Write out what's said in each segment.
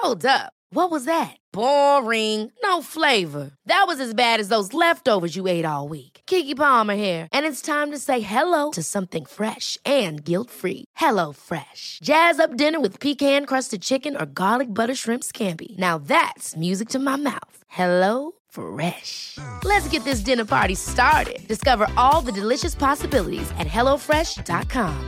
Hold up. What was that? Boring. No flavor. That was as bad as those leftovers you ate all week. Keke Palmer here. And it's time to say hello to something fresh and guilt-free. Hello Fresh. Jazz up dinner with pecan-crusted chicken or garlic butter shrimp scampi. Now that's music to my mouth. Hello Fresh. Let's get this dinner party started. Discover all the delicious possibilities at hellofresh.com.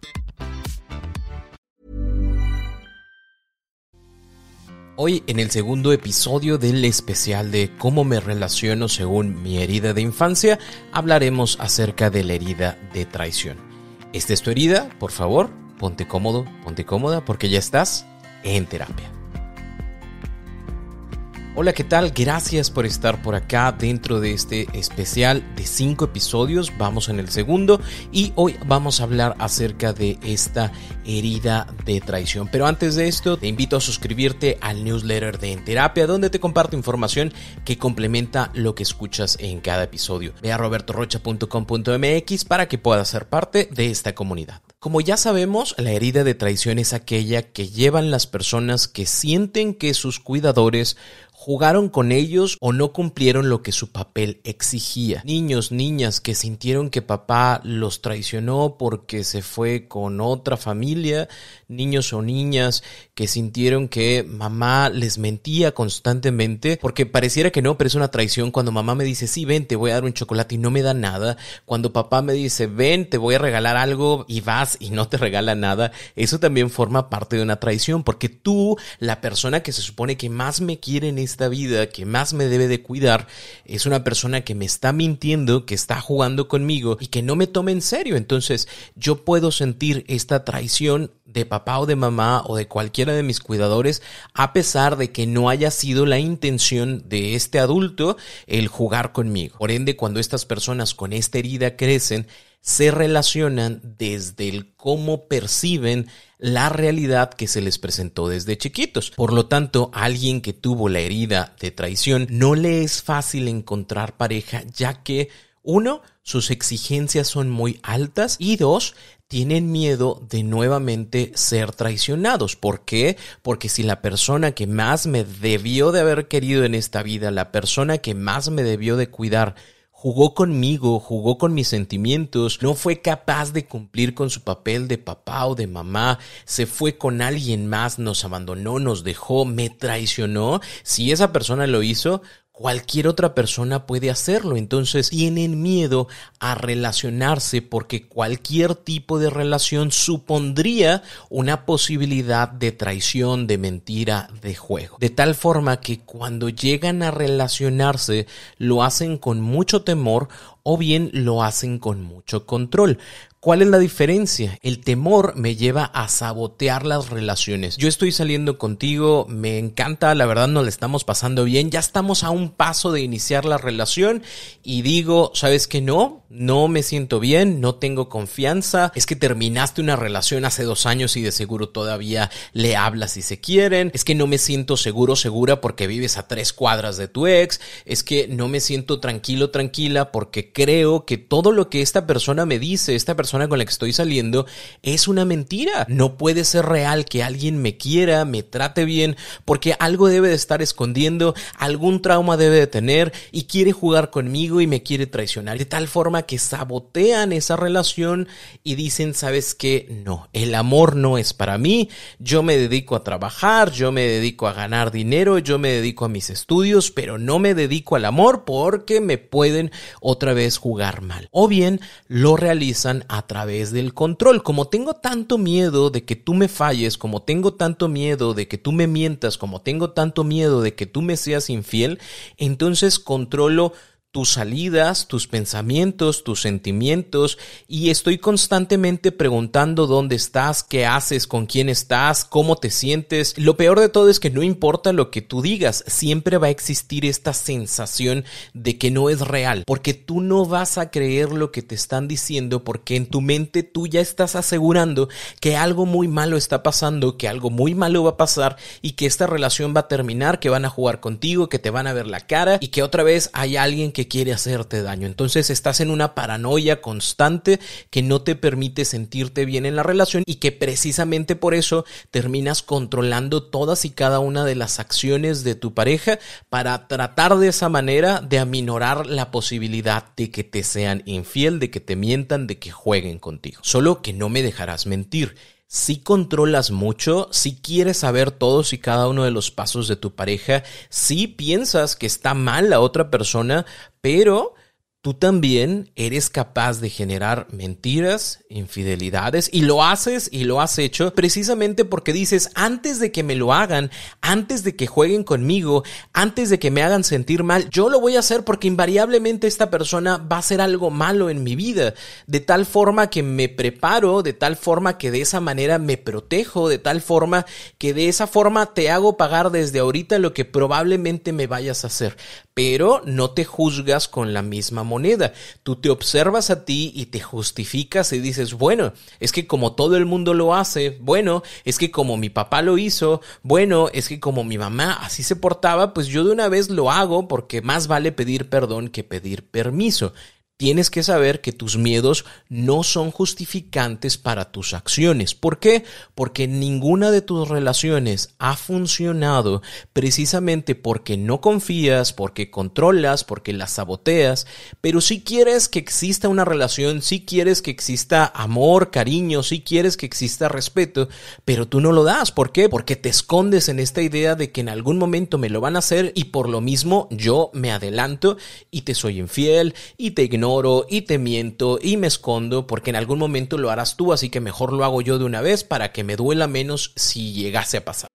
Hoy, en el segundo episodio del especial de cómo me relaciono según mi herida de infancia, hablaremos acerca de la herida de traición. ¿Esta es tu herida? Por favor, ponte cómodo, ponte cómoda, porque ya estás en terapia. Hola, ¿qué tal? Gracias por estar por acá dentro de este especial de 5 episodios. Vamos en el segundo y hoy vamos a hablar acerca de esta herida de traición. Pero antes de esto, te invito a suscribirte al newsletter de En Terapia, donde te comparto información que complementa lo que escuchas en cada episodio. Ve a robertorocha.com.mx para que puedas ser parte de esta comunidad. Como ya sabemos, la herida de traición es aquella que llevan las personas que sienten que sus cuidadores jugaron con ellos o no cumplieron lo que su papel exigía. Niños, niñas que sintieron que papá los traicionó porque se fue con otra familia. Niños o niñas que sintieron que mamá les mentía constantemente, porque pareciera que no, pero es una traición cuando mamá me dice, sí, ven, te voy a dar un chocolate y no me da nada. Cuando papá me dice, ven, te voy a regalar algo y vas y no te regala nada. Eso también forma parte de una traición, porque tú, la persona que se supone que más me quiere en esta vida, que más me debe de cuidar, es una persona que me está mintiendo, que está jugando conmigo y que no me toma en serio. Entonces yo puedo sentir esta traición de papá o de mamá o de cualquiera de mis cuidadores, a pesar de que no haya sido la intención de este adulto el jugar conmigo. Por ende, cuando estas personas con esta herida crecen, se relacionan desde el cómo perciben la realidad que se les presentó desde chiquitos. Por lo tanto, a alguien que tuvo la herida de traición no le es fácil encontrar pareja, ya que 1, sus exigencias son muy altas y 2, tienen miedo de nuevamente ser traicionados. ¿Por qué? Porque si la persona que más me debió de haber querido en esta vida, la persona que más me debió de cuidar, jugó conmigo, jugó con mis sentimientos, no fue capaz de cumplir con su papel de papá o de mamá, se fue con alguien más, nos abandonó, nos dejó, me traicionó. Si esa persona lo hizo, cualquier otra persona puede hacerlo. Entonces tienen miedo a relacionarse porque cualquier tipo de relación supondría una posibilidad de traición, de mentira, de juego. De tal forma que cuando llegan a relacionarse lo hacen con mucho temor o bien lo hacen con mucho control. ¿Cuál es la diferencia? El temor me lleva a sabotear las relaciones. Yo estoy saliendo contigo, me encanta, la verdad nos la estamos pasando bien, ya estamos a un paso de iniciar la relación y digo, ¿sabes qué? No me siento bien, no tengo confianza, es que terminaste una relación hace 2 años y de seguro todavía le hablas si se quieren, es que no me siento seguro, segura porque vives a 3 cuadras de tu ex, es que no me siento tranquilo, tranquila porque creo que todo lo que esta persona me dice, esta persona con la que estoy saliendo, es una mentira. No puede ser real que alguien me quiera, me trate bien, porque algo debe de estar escondiendo, algún trauma debe de tener y quiere jugar conmigo y me quiere traicionar. De tal forma que sabotean esa relación y dicen, ¿sabes qué? No, el amor no es para mí, yo me dedico a trabajar, yo me dedico a ganar dinero, yo me dedico a mis estudios, pero no me dedico al amor porque me pueden otra vez jugar mal. O bien lo realizan a través del control. Como tengo tanto miedo de que tú me falles, como tengo tanto miedo de que tú me mientas, como tengo tanto miedo de que tú me seas infiel, entonces controlo tus salidas, tus pensamientos, tus sentimientos y estoy constantemente preguntando dónde estás, qué haces, con quién estás, cómo te sientes. Lo peor de todo es que no importa lo que tú digas, siempre va a existir esta sensación de que no es real, porque tú no vas a creer lo que te están diciendo porque en tu mente tú ya estás asegurando que algo muy malo está pasando, que algo muy malo va a pasar y que esta relación va a terminar, que van a jugar contigo, que te van a ver la cara y que otra vez hay alguien que que quiere hacerte daño. Entonces estás en una paranoia constante que no te permite sentirte bien en la relación y que precisamente por eso terminas controlando todas y cada una de las acciones de tu pareja para tratar de esa manera de aminorar la posibilidad de que te sean infiel, de que te mientan, de que jueguen contigo. Solo que no me dejarás mentir. Si controlas mucho, si quieres saber todos y cada uno de los pasos de tu pareja, si piensas que está mal la otra persona, pero tú también eres capaz de generar mentiras, infidelidades, y lo haces y lo has hecho precisamente porque dices, antes de que me lo hagan, antes de que jueguen conmigo, antes de que me hagan sentir mal, yo lo voy a hacer porque invariablemente esta persona va a hacer algo malo en mi vida, de tal forma que me preparo, de tal forma que de esa manera me protejo, de tal forma que de esa forma te hago pagar desde ahorita lo que probablemente me vayas a hacer, pero no te juzgas con la misma moneda. Tú te observas a ti y te justificas y dices, bueno, es que como todo el mundo lo hace, bueno, es que como mi papá lo hizo, bueno, es que como mi mamá así se portaba, pues yo de una vez lo hago porque más vale pedir perdón que pedir permiso. Tienes que saber que tus miedos no son justificantes para tus acciones. ¿Por qué? Porque ninguna de tus relaciones ha funcionado precisamente porque no confías, porque controlas, porque las saboteas. Pero si quieres que exista una relación, si quieres que exista amor, cariño, si quieres que exista respeto, pero tú no lo das. ¿Por qué? Porque te escondes en esta idea de que en algún momento me lo van a hacer y por lo mismo yo me adelanto y te soy infiel y te ignoro y te miento y me escondo porque en algún momento lo harás tú, así que mejor lo hago yo de una vez para que me duela menos si llegase a pasar.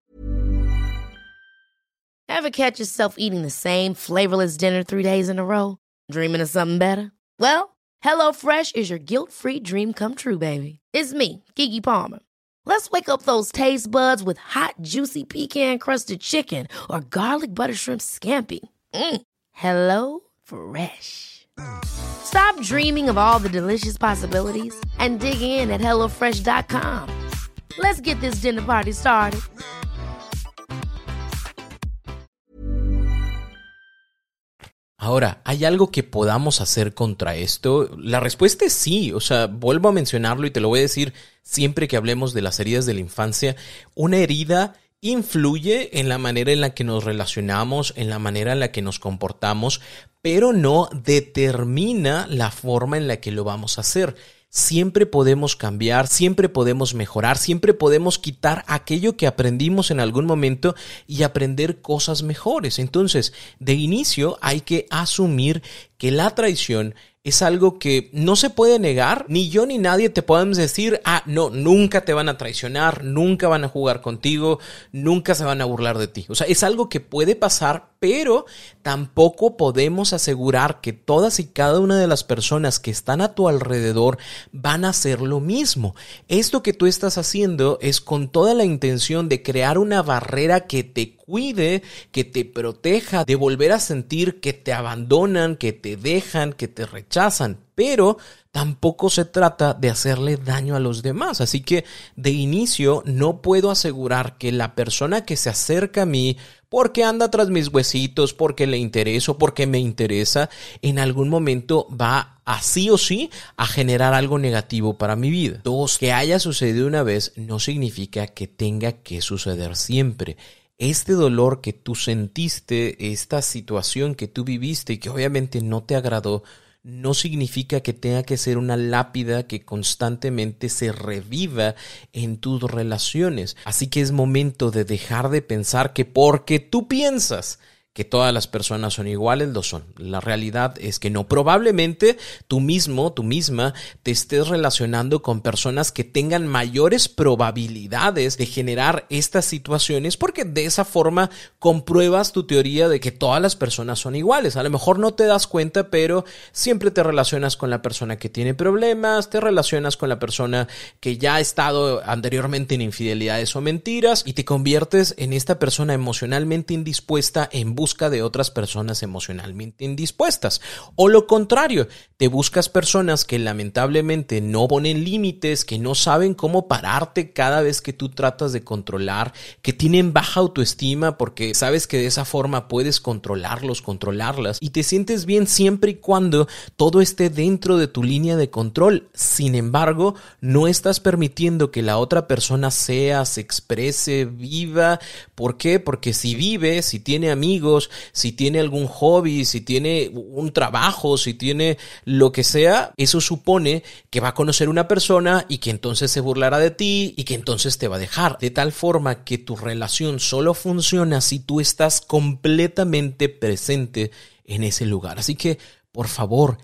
Ever catch yourself eating the same flavorless dinner 3 days in a row? Dreaming of something better? Well, HelloFresh is your guilt-free dream come true, baby. It's me, Keke Palmer. Let's wake up those taste buds with hot, juicy pecan-crusted chicken or garlic butter shrimp scampi. Hello Fresh. Stop dreaming of all the delicious possibilities and dig in at HelloFresh.com. Let's get this dinner party started. Ahora, ¿hay algo que podamos hacer contra esto? La respuesta es sí, o sea, vuelvo a mencionarlo y te lo voy a decir siempre que hablemos de las heridas de la infancia. Una herida influye en la manera en la que nos relacionamos, en la manera en la que nos comportamos, pero no determina la forma en la que lo vamos a hacer. Siempre podemos cambiar, siempre podemos mejorar, siempre podemos quitar aquello que aprendimos en algún momento y aprender cosas mejores. Entonces, de inicio hay que asumir que la traición es algo que no se puede negar, ni yo ni nadie te podemos decir, no, nunca te van a traicionar, nunca van a jugar contigo, nunca se van a burlar de ti. O sea, es algo que puede pasar, pero tampoco podemos asegurar que todas y cada una de las personas que están a tu alrededor van a hacer lo mismo. Esto que tú estás haciendo es con toda la intención de crear una barrera que te cuide, que te proteja, de volver a sentir que te abandonan, que te dejan, que te rechazan, pero tampoco se trata de hacerle daño a los demás. Así que de inicio no puedo asegurar que la persona que se acerca a mí porque anda tras mis huesitos, porque le intereso, porque me interesa, en algún momento va a sí o sí a generar algo negativo para mi vida. 2, que haya sucedido una vez no significa que tenga que suceder siempre. Este dolor que tú sentiste, esta situación que tú viviste y que obviamente no te agradó, no significa que tenga que ser una lápida que constantemente se reviva en tus relaciones. Así que es momento de dejar de pensar que porque tú piensas que todas las personas son iguales, lo son. La realidad es que no. Probablemente tú mismo, tú misma, te estés relacionando con personas que tengan mayores probabilidades de generar estas situaciones porque de esa forma compruebas tu teoría de que todas las personas son iguales. A lo mejor no te das cuenta, pero siempre te relacionas con la persona que tiene problemas, te relacionas con la persona que ya ha estado anteriormente en infidelidades o mentiras y te conviertes en esta persona emocionalmente indispuesta en busca busca de otras personas emocionalmente indispuestas. O lo contrario, te buscas personas que lamentablemente no ponen límites, que no saben cómo pararte cada vez que tú tratas de controlar, que tienen baja autoestima porque sabes que de esa forma puedes controlarlas y te sientes bien siempre y cuando todo esté dentro de tu línea de control. Sin embargo, no estás permitiendo que la otra persona se exprese, viva. ¿Por qué? Porque si vive, si tiene amigos, si tiene algún hobby, si tiene un trabajo, si tiene lo que sea, eso supone que va a conocer una persona y que entonces se burlará de ti y que entonces te va a dejar. De tal forma que tu relación solo funciona si tú estás completamente presente en ese lugar. Así que, por favor,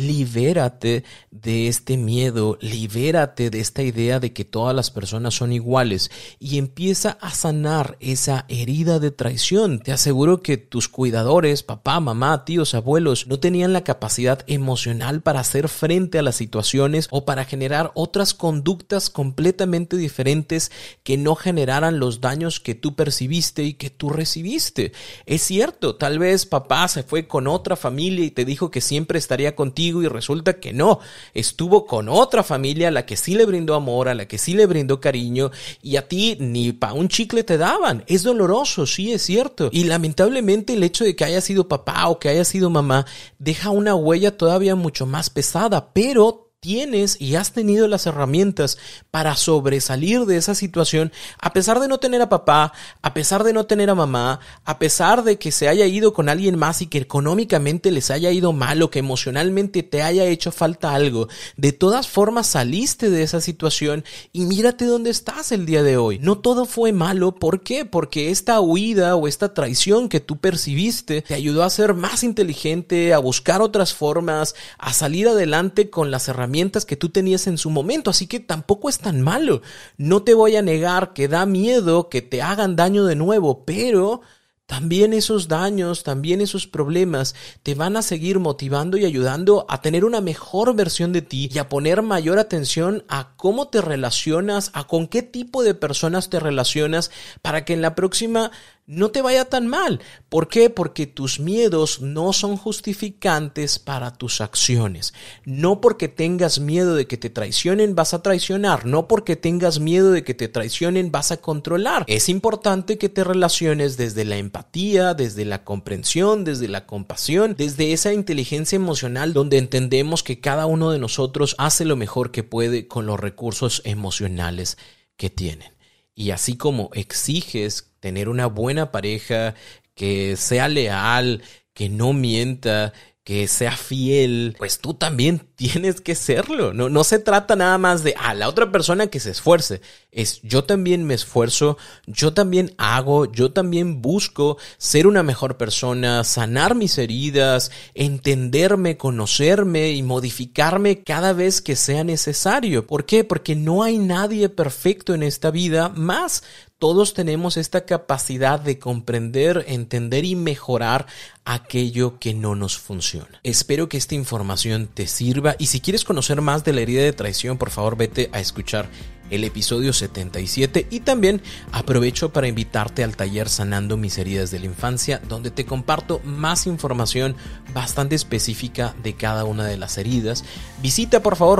libérate de este miedo, libérate de esta idea de que todas las personas son iguales y empieza a sanar esa herida de traición. Te aseguro que tus cuidadores, papá, mamá, tíos, abuelos, no tenían la capacidad emocional para hacer frente a las situaciones o para generar otras conductas completamente diferentes que no generaran los daños que tú percibiste y que tú recibiste. Es cierto, tal vez papá se fue con otra familia y te dijo que siempre estaría contigo y resulta que no, estuvo con otra familia a la que sí le brindó amor, a la que sí le brindó cariño y a ti ni pa' un chicle te daban. Es doloroso, sí, es cierto. Y lamentablemente el hecho de que haya sido papá o que haya sido mamá deja una huella todavía mucho más pesada, pero tienes y has tenido las herramientas para sobresalir de esa situación a pesar de no tener a papá, a pesar de no tener a mamá, a pesar de que se haya ido con alguien más y que económicamente les haya ido mal o que emocionalmente te haya hecho falta algo. De todas formas saliste de esa situación y mírate dónde estás el día de hoy. No todo fue malo. ¿Por qué? Porque esta huida o esta traición que tú percibiste te ayudó a ser más inteligente, a buscar otras formas, a salir adelante con las herramientas que tú tenías en su momento, así que tampoco es tan malo. No te voy a negar que da miedo que te hagan daño de nuevo, pero también esos daños, también esos problemas te van a seguir motivando y ayudando a tener una mejor versión de ti y a poner mayor atención a cómo te relacionas, a con qué tipo de personas te relacionas para que en la próxima no te vaya tan mal. ¿Por qué? Porque tus miedos no son justificantes para tus acciones. No porque tengas miedo de que te traicionen vas a traicionar. No porque tengas miedo de que te traicionen vas a controlar. Es importante que te relaciones desde la empatía, desde la comprensión, desde la compasión, desde esa inteligencia emocional donde entendemos que cada uno de nosotros hace lo mejor que puede con los recursos emocionales que tienen. Y así como exiges tener una buena pareja, que sea leal, que no mienta, que sea fiel, pues tú también tienes que serlo. No se trata nada más de la otra persona que se esfuerce. Es yo también me esfuerzo, yo también hago, yo también busco ser una mejor persona, sanar mis heridas, entenderme, conocerme y modificarme cada vez que sea necesario. ¿Por qué? Porque no hay nadie perfecto en esta vida, más todos tenemos esta capacidad de comprender, entender y mejorar aquello que no nos funciona. Espero que esta información te sirva y si quieres conocer más de la herida de traición, por favor vete a escuchar el episodio 77 y también aprovecho para invitarte al taller Sanando mis heridas de la infancia, donde te comparto más información bastante específica de cada una de las heridas. Visita por favor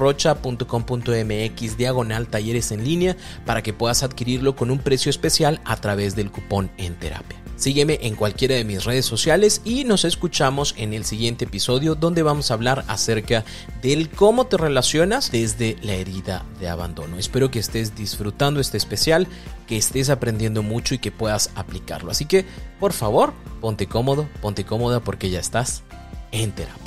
robertorocha.com.mx/talleres en línea para que puedas adquirirlo con un precio especial a través del cupón En Terapia. Sígueme en cualquiera de mis redes sociales y nos escuchamos en el siguiente episodio donde vamos a hablar acerca del cómo te relacionas desde la herida de abandono. Espero que estés disfrutando este especial, que estés aprendiendo mucho y que puedas aplicarlo. Así que, por favor, ponte cómodo, ponte cómoda porque ya estás en terapia.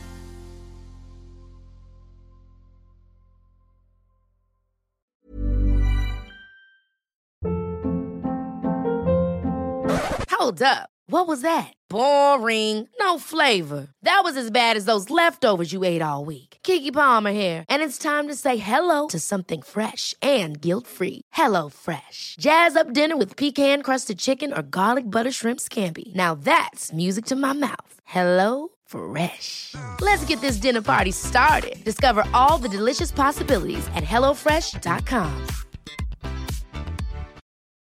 Hold up. What was that? Boring. No flavor. That was as bad as those leftovers you ate all week. Keke Palmer here, and it's time to say hello to something fresh and guilt-free. Hello Fresh. Jazz up dinner with pecan-crusted chicken or garlic butter shrimp scampi. Now that's music to my mouth. Hello Fresh. Let's get this dinner party started. Discover all the delicious possibilities at HelloFresh.com.